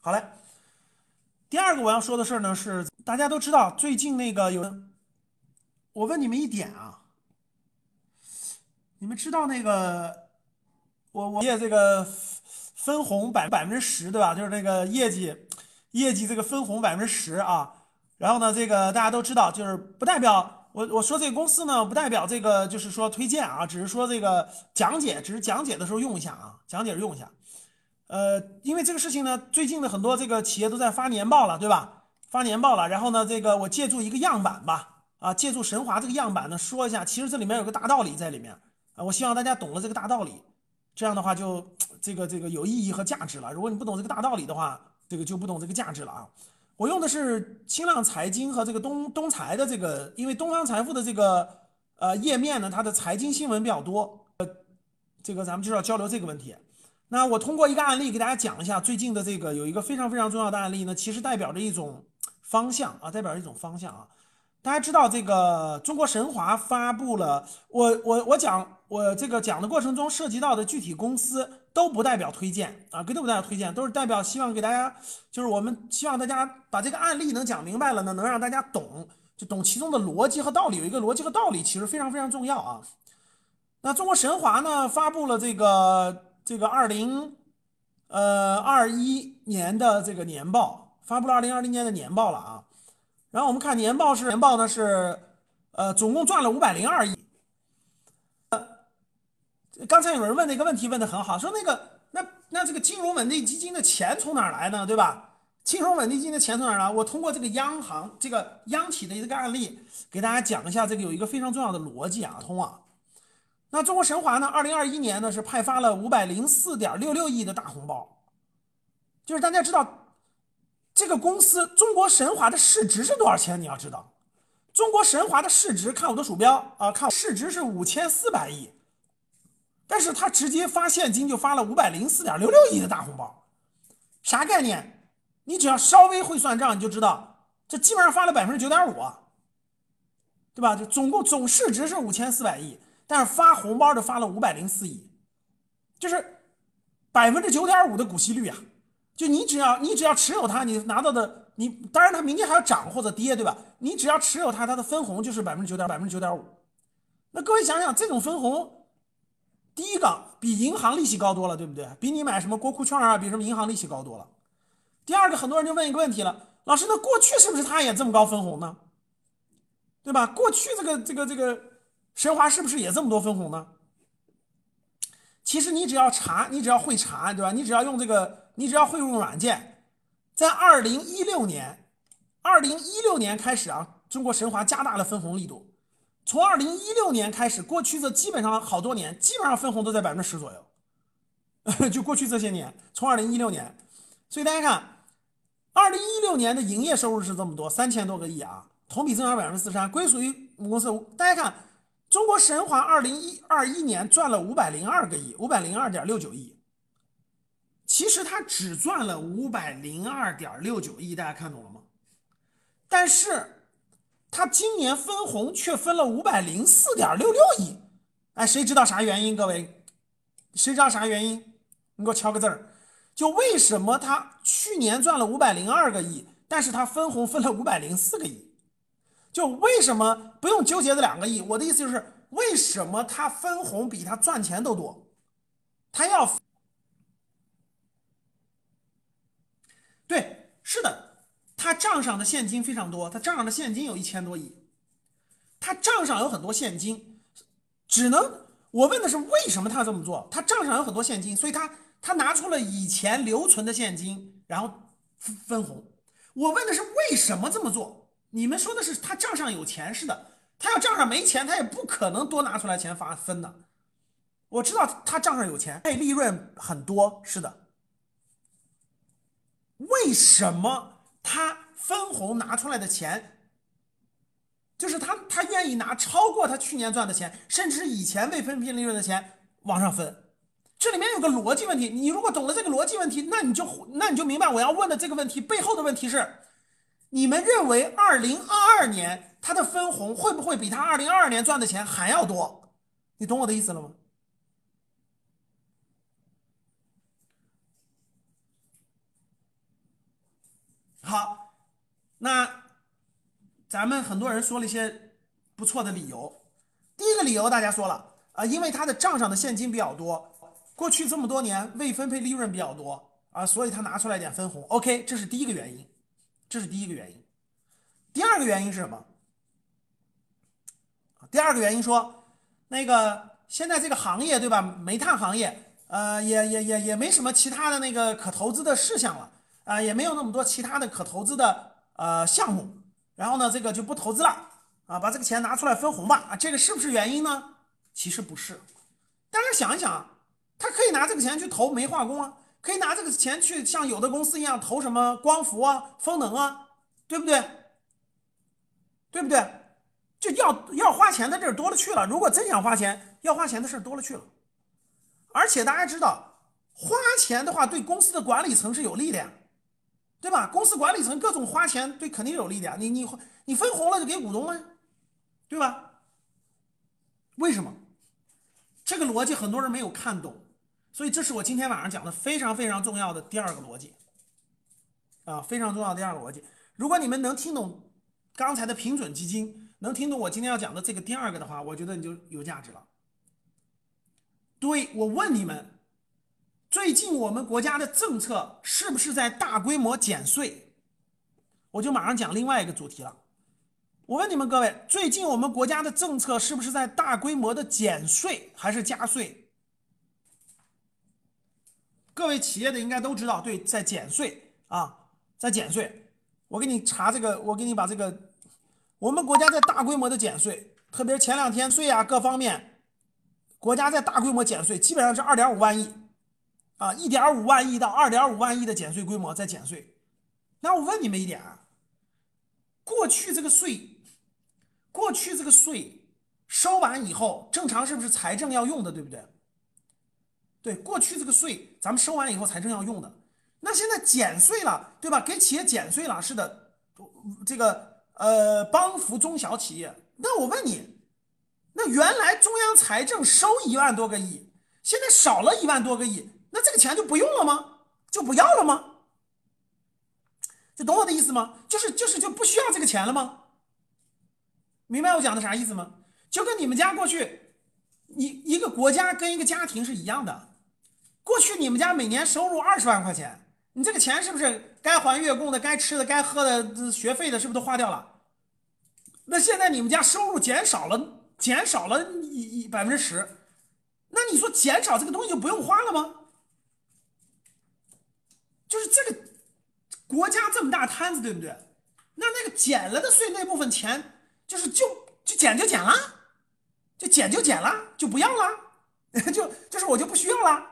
好嘞，第二个我要说的事儿呢是，大家都知道最近那个我问你们一点啊，你们知道那个我业这个分红百分之10，对吧？就是那个业绩这个分红百分之十啊。然后呢，这个大家都知道，就是不代表我说这个公司呢，不代表这个就是说推荐啊，只是说这个讲解，只是讲解的时候用一下啊，讲解用一下。因为这个事情呢，最近的很多这个企业都在发年报了，对吧？发年报了，然后呢，这个我借助一个样板吧，啊，借助神华这个样板呢，说一下，其实这里面有个大道理在里面啊，我希望大家懂了这个大道理，这样的话就这个有意义和价值了。如果你不懂这个大道理的话，这个就不懂这个价值了啊。我用的是新浪财经和这个东财的这个，因为东方财富的这个页面呢，它的财经新闻比较多，这个咱们就要交流这个问题。那我通过一个案例给大家讲一下最近的这个有一个非常非常重要的案例呢，其实代表着一种方向啊，代表着一种方向啊。大家知道这个中国神华发布了，我这个讲的过程中涉及到的具体公司都不代表推荐啊，都不代表推荐，都是代表希望给大家，就是我们希望大家把这个案例能讲明白了呢，能让大家懂，就懂其中的逻辑和道理，有一个逻辑和道理其实非常非常重要啊。那中国神华呢发布了这个2021年的这个年报，发布了2020年的年报了啊。然后我们看年报呢是总共赚了502亿。刚才有人问那个问题问的很好，说那这个金融稳定基金的钱从哪儿来呢？对吧？金融稳定基金的钱从哪儿来？我通过这个央企的一个案例给大家讲一下，这个有一个非常重要的逻辑啊，通啊。那中国神华呢，2021年呢是派发了504.66亿的大红包，就是大家知道这个公司中国神华的市值是多少钱？你要知道，中国神华的市值，看我的鼠标啊，看市值是5400亿，但是他直接发现金就发了504.66亿的大红包，啥概念？你只要稍微会算账，你就知道这基本上发了9.5%啊，对吧？就总市值是5400亿，但是发红包的发了504亿，就是9.5%的股息率啊！就你只要持有它，你拿到的当然它明天还要涨或者跌，对吧？你只要持有它，它的分红就是9.5%。那各位想想，这种分红，第一个比银行利息高多了，对不对？比你买什么国库券啊，比什么银行利息高多了。第二个，很多人就问一个问题了，老师，那过去是不是它也这么高分红呢？对吧？过去这个神华是不是也这么多分红呢？其实你只要查，你只要会查，对吧？你只要会用软件，在二零一六年开始啊，中国神华加大了分红力度。从2016年开始，过去这基本上好多年，基本上分红都在10%左右。就过去这些年，从2016年，所以大家看，2016年的营业收入是这么多，3000多个亿啊，同比增长43%，归属于母公司。大家看，中国神华2021年赚了502个亿，502.69亿。其实它只赚了502.69亿，大家看懂了吗？但是它今年分红却分了504.66亿。哎，谁知道啥原因？各位，谁知道啥原因？你给我敲个字儿。就为什么它去年赚了502个亿，但是它分红分了504个亿？就为什么不用纠结这2个亿？我的意思就是，为什么它分红比它赚钱都多？它要对，是的，他账上的现金非常多，他账上的现金有1000多亿，他账上有很多现金，只能我问的是为什么他这么做？他账上有很多现金，所以他拿出了以前留存的现金，然后分红。我问的是为什么这么做？你们说的是他账上有钱，是的，他要账上没钱，他也不可能多拿出来钱分的。我知道他账上有钱，利润很多，是的，为什么他分红拿出来的钱，就是他愿意拿超过他去年赚的钱，甚至是以前未分配利润的钱往上分？这里面有个逻辑问题，你如果懂了这个逻辑问题，那你就明白我要问的这个问题背后的问题是：你们认为2022年他的分红会不会比他2022年赚的钱还要多？你懂我的意思了吗？ 好，那咱们很多人说了一些不错的理由。第一个理由大家说了因为他的账上的现金比较多，过去这么多年未分配利润比较多所以他拿出来点分红。OK，这是第一个原因，这是第一个原因。第二个原因是什么？第二个原因说，那个现在这个行业对吧？煤炭行业，也没什么其他的那个可投资的事项了也没有那么多其他的可投资的项目，然后呢，这个就不投资了把这个钱拿出来分红吧这个是不是原因呢？其实不是。大家想一想，他可以拿这个钱去投煤化工可以拿这个钱去像有的公司一样投什么光伏风能对不对？对不对？就要花钱的地儿多了去了。如果真想花钱，要花钱的事儿多了去了。而且大家知道，花钱的话对公司的管理层是有利的呀，对吧？公司管理层各种花钱对肯定有利的呀。你分红了就给股东了，对吧？为什么？这个逻辑很多人没有看懂，所以这是我今天晚上讲的非常非常重要的第二个逻辑非常重要的第二个逻辑。如果你们能听懂刚才的平准基金，能听懂我今天要讲的这个第二个的话，我觉得你就有价值了。对，我问你们，最近我们国家的政策是不是在大规模减税？我就马上讲另外一个主题了。我问你们各位，最近我们国家的政策是不是在大规模的减税还是加税？各位企业的应该都知道，对，在减税在减税。我给你查这个，我给你把这个，我们国家在大规模的减税，特别是前两天税各方面，国家在大规模减税，基本上是2.5万亿1.5万亿到2.5万亿的减税规模在减税。那我问你们一点过去这个税，过去这个税收完以后，正常是不是财政要用的，对不对？对，过去这个税咱们收完以后财政要用的，那现在减税了，对吧？给企业减税了，是的，这个帮扶中小企业。那我问你，那原来中央财政收1万多个亿，现在少了1万多个亿，那这个钱就不用了吗？就不要了吗？就懂我的意思吗？就不需要这个钱了吗？明白我讲的啥意思吗？就跟你们家过去，一个国家跟一个家庭是一样的。过去你们家每年收入20万块钱，你这个钱是不是该还月供的、该吃的、该喝的、学费的，是不是都花掉了？那现在你们家收入减少了，减少了10%，那你说减少这个东西就不用花了吗？就是这个国家这么大摊子，对不对？那个减了的税那部分钱，就减就减了，就减就减了，就不要了，就是我就不需要了。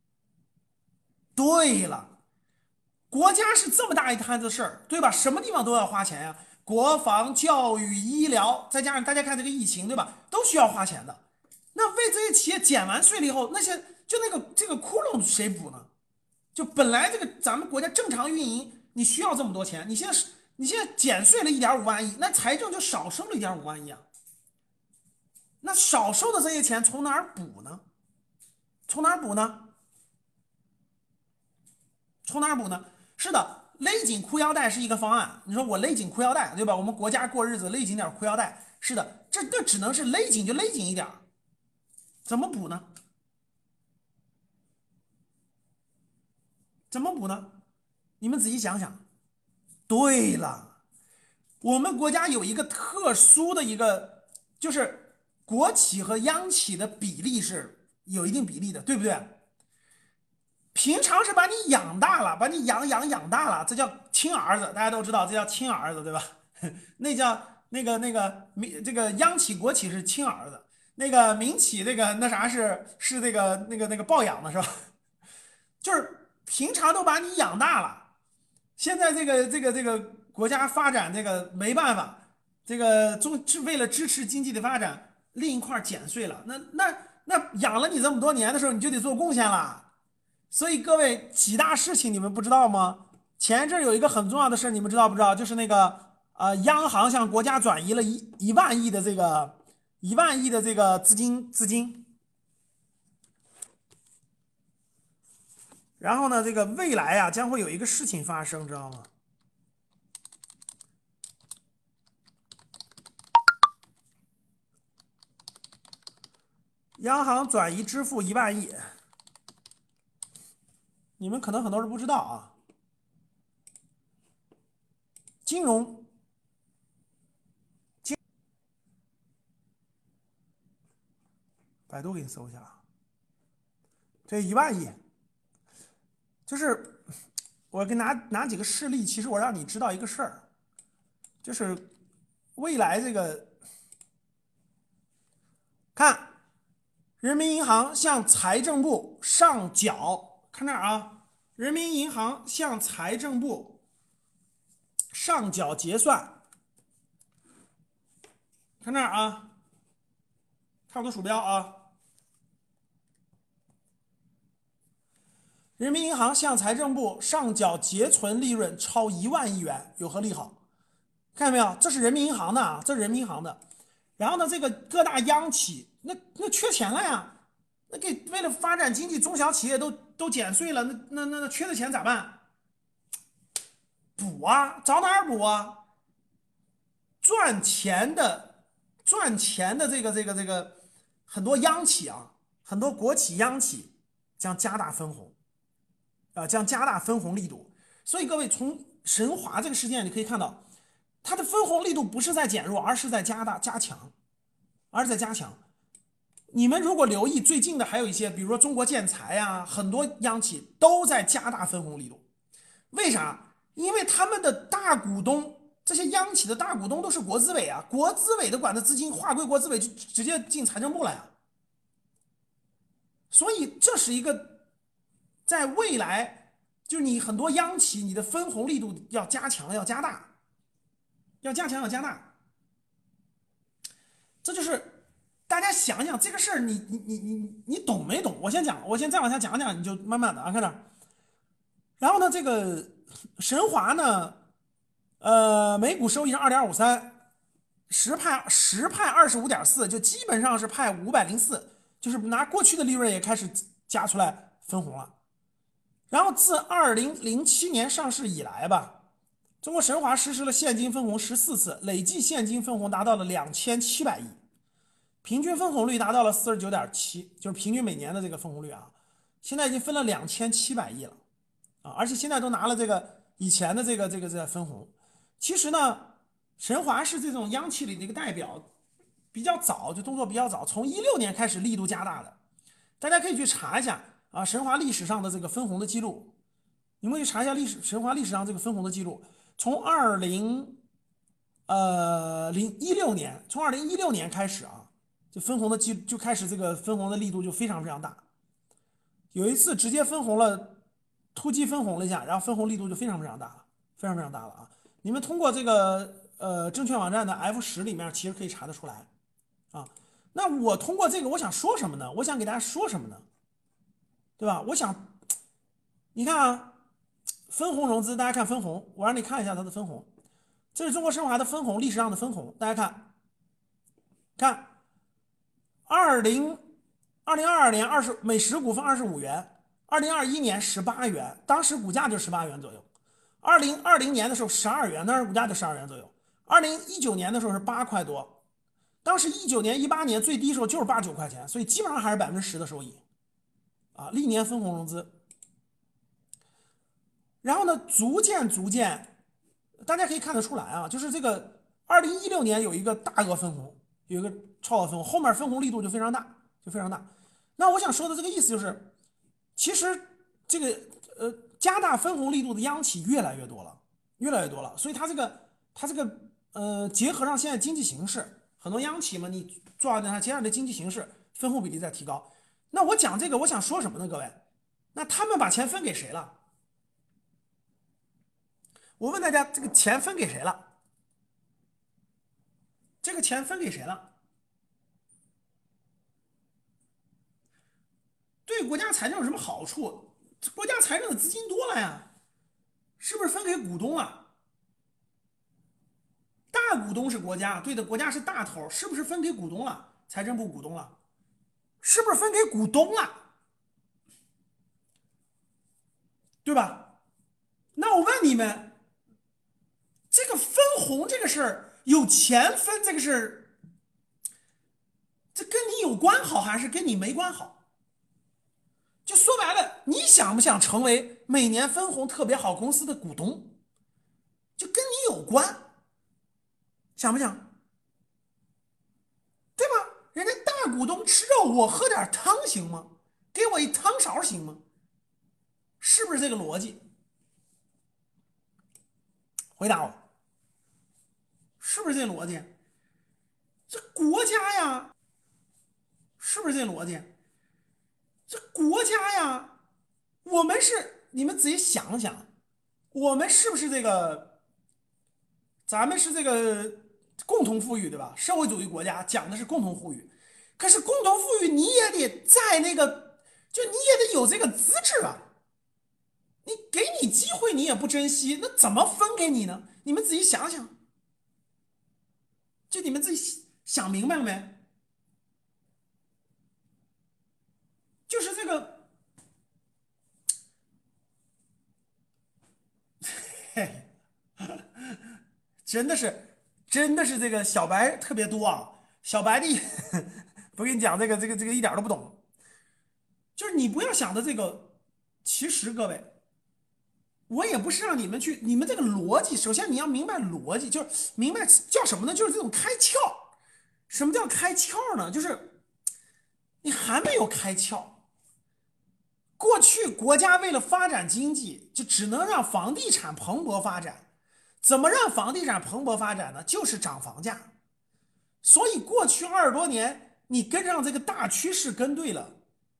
对了，国家是这么大一摊子事儿，对吧？什么地方都要花钱呀，国防、教育、医疗，再加上大家看这个疫情，对吧？都需要花钱的。那为这些企业减完税了以后，这个窟窿谁补呢？就本来这个咱们国家正常运营，你需要这么多钱，你现在减税了1.5万亿，那财政就少收了1.5万亿那少收的这些钱从哪儿补呢？从哪儿补呢？从哪儿补呢？是的，勒紧裤腰带是一个方案。你说我勒紧裤腰带，对吧？我们国家过日子勒紧点裤腰带，是的，这只能是勒紧就勒紧一点怎么补呢？怎么补呢？你们仔细想想。对了，我们国家有一个特殊的就是国企和央企的比例是有一定比例的，对不对？平常是把你养大了，把你养大了，这叫亲儿子，大家都知道，这叫亲儿子，对吧？那叫民这个央企国企是亲儿子，那个民企那啥是那个抱养的是吧？就是平常都把你养大了，现在这个国家发展这个没办法，这个为了支持经济的发展，另一块减税了，那养了你这么多年的时候，你就得做贡献了。所以各位几大事情你们不知道吗？前一阵有一个很重要的事你们知道不知道？就是那个央行向国家转移了一万亿的这个资金。然后呢，这个未来将会有一个事情发生，知道吗？ 央行转移支付1万亿，你们可能很多人不知道啊。金融，百度给你搜一下啊。这1万亿，就是我给拿几个事例，其实我让你知道一个事儿，就是未来这个看人民银行向财政部上缴，看这儿啊，人民银行向财政部上缴结算，看这儿啊，看我的鼠标啊，人民银行向财政部上缴结存利润超1万亿元，有何利好？看见没有？这是人民银行的啊，这是人民银行的。然后呢，这个各大央企那缺钱了呀，那为了发展经济，中小企业都减税了，那缺的钱咋办？补啊，找哪儿补啊？赚钱的这个很多央企啊，很多国企央企将加大分红将加大分红力度。所以各位从神华这个事件你可以看到，它的分红力度不是在减弱，而是在加强，而是在加强。你们如果留意最近的，还有一些，比如说中国建材啊，很多央企都在加大分红力度。为啥？因为他们的大股东，这些央企的大股东都是国资委啊，国资委的管的资金划归国资委就直接进财政部了呀。所以这是一个在未来，就是你很多央企你的分红力度要加强，要加大，要加强，要加大。这就是大家想想这个事儿，你懂没懂？我先讲，我先再往下讲讲，你就慢慢的啊，看着。然后呢，这个神华呢，每股收益是2.53，实派25.4，就基本上是派504，就是拿过去的利润也开始加出来分红了。然后自2007年上市以来吧，中国神华实施了现金分红14次，累计现金分红达到了2700亿，平均分红率达到了49.7，就是平均每年的这个分红率啊，现在已经分了2700亿了啊，而且现在都拿了这个以前的这个分红。其实呢，神华是这种央企里的一个代表，比较早就动作比较早，从16年开始力度加大的，大家可以去查一下啊，神华历史上的这个分红的记录，你们可以查一下神华历史上这个分红的记录，从2016年，从2016年开始啊，就分红的就开始这个分红的力度就非常非常大，有一次直接分红了，突击分红了一下，然后分红力度就非常非常大了，非常非常大了啊！你们通过这个证券网站的 F10里面其实可以查得出来啊。那我通过这个我想说什么呢？我想给大家说什么呢？对吧？我想，你看啊，分红融资，大家看分红，我让你看一下它的分红，这是中国神华的分红，历史上的分红，大家看，2022年每10股分25元，2021年18元，当时股价就18元左右。2020年的时候12元，当时股价就12元左右。2019年的时候是8块多，当时19年、18年最低时候就是8、9块钱，所以基本上还是10%的收益啊。历年分红融资，然后呢，逐渐，大家可以看得出来啊，就是这个2016年有一个大额分红，有一个超额分红，后面分红力度就非常大，就非常大。那我想说的这个意思就是，其实这个加大分红力度的央企越来越多了，越来越多了。所以它这个结合上现在经济形势，很多央企嘛，你抓它接下来的经济形势，分红比例在提高。那我讲这个，我想说什么呢？各位，那他们把钱分给谁了？我问大家，这个钱分给谁了？这个钱分给谁了？对国家财政有什么好处？国家财政的资金多了呀，是不是分给股东了？大股东是国家，对的，国家是大头，是不是分给股东了？财政部股东了，是不是分给股东了？对吧？那我问你们，这个分红这个事儿，有钱分这个事儿，这跟你你有关好还是跟你没关好？就说白了，你想不想成为每年分红特别好公司的股东，就跟你有关，想不想？对吧？人家大股东吃肉，我喝点汤行吗？给我一汤勺行吗？是不是这个逻辑？回答我，是不是这逻辑？这国家呀，是不是这逻辑？这国家呀，我们是你们仔细想想，我们是不是这个？咱们是这个共同富裕，对吧？社会主义国家讲的是共同富裕，可是共同富裕你也得在那个，就你也得有这个资质吧？你给你机会你也不珍惜，那怎么分给你呢？你们仔细想想，就你们自己想明白了没？就是这个，嘿，真的是，真的是这个小白特别多啊！小白的，不跟你讲这个一点都不懂，就是你不要想的这个，其实各位。我也不是让你们去，你们这个逻辑，首先你要明白逻辑，就是明白叫什么呢？就是这种开窍。什么叫开窍呢？就是你还没有开窍。过去国家为了发展经济，就只能让房地产蓬勃发展。怎么让房地产蓬勃发展呢？就是涨房价。所以过去20多年，你跟上这个大趋势，跟对了。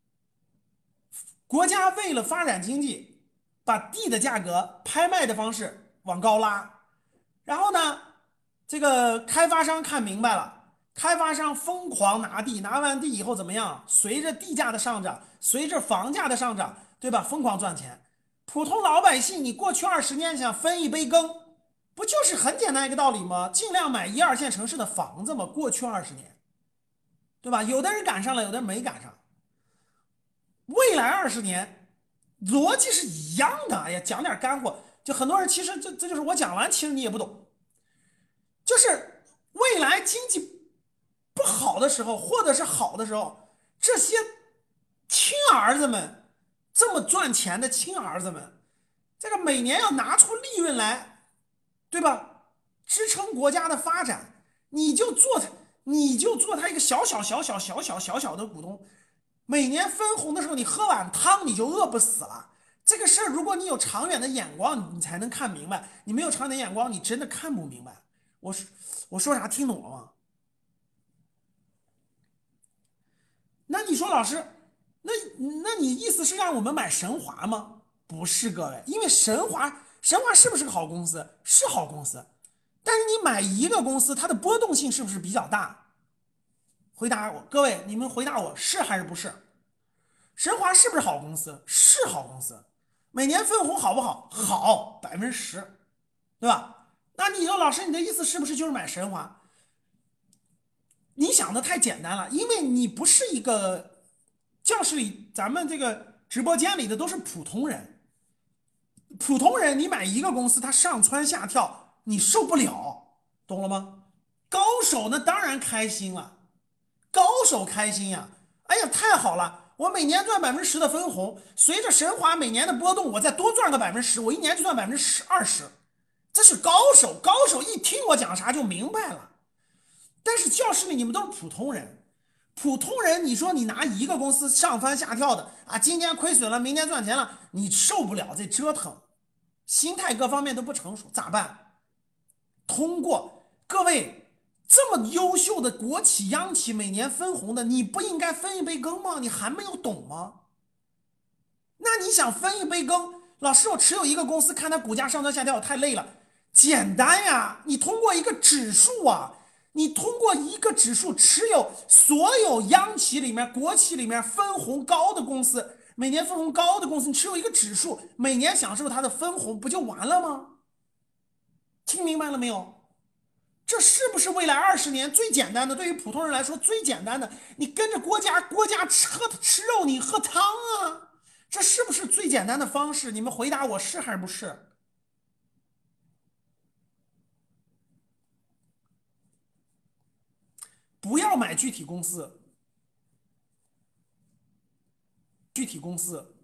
国家为了发展经济，把地的价格拍卖的方式往高拉，然后呢，这个开发商看明白了，开发商疯狂拿地，拿完地以后怎么样？随着地价的上涨，随着房价的上涨，对吧？疯狂赚钱。普通老百姓，你过去20年想分一杯羹，不就是很简单一个道理吗？尽量买一二线城市的房子嘛。过去20年，对吧？有的人赶上了，有的人没赶上。未来20年，逻辑是一样的。哎呀，讲点干货，就很多人其实这就是我讲完，其实你也不懂。就是未来经济不好的时候，或者是好的时候，这些亲儿子们这么赚钱的亲儿子们，这个每年要拿出利润来，对吧？支撑国家的发展，你就做他一个小小的股东，每年分红的时候，你喝碗汤你就饿不死了。这个事儿，如果你有长远的眼光，你才能看明白；你没有长远的眼光，你真的看不明白。我说我说啥听懂了吗？那你说老师，那那你意思是让我们买神华吗？不是，各位，因为神华是不是个好公司？是好公司，但是你买一个公司，它的波动性是不是比较大？回答我，各位，你们回答我是还是不是？神华是不是好公司？是好公司，每年分红好不好？好，10%，对吧？那你说老师，你的意思是不是就是买神华？你想的太简单了，因为你不是一个教室里，咱们这个直播间里的都是普通人，普通人你买一个公司，它上蹿下跳，你受不了，懂了吗？高手那当然开心了，高手开心呀！哎呀，太好了！我每年赚10%的分红，随着神华每年的波动，我再多赚个10%，我一年就赚10%、20%，这是高手。高手一听我讲啥就明白了。但是教室里你们都是普通人，普通人，你说你拿一个公司上翻下跳的啊，今天亏损了，明天赚钱了，你受不了这折腾，心态各方面都不成熟，咋办？通过各位这么优秀的国企、央企每年分红的，你不应该分一杯羹吗？你还没有懂吗？那你想分一杯羹，老师，我持有一个公司，看它股价上蹿下跳，我太累了。简单呀，你通过一个指数啊，你通过一个指数持有所有央企里面、国企里面分红高的公司，每年分红高的公司，你持有一个指数，每年享受它的分红，不就完了吗？听明白了没有？这是不是未来20年最简单的？对于普通人来说最简单的，你跟着国家吃肉，你喝汤啊，这是不是最简单的方式？你们回答我是还是不是？不要买具体公司， 具体公司。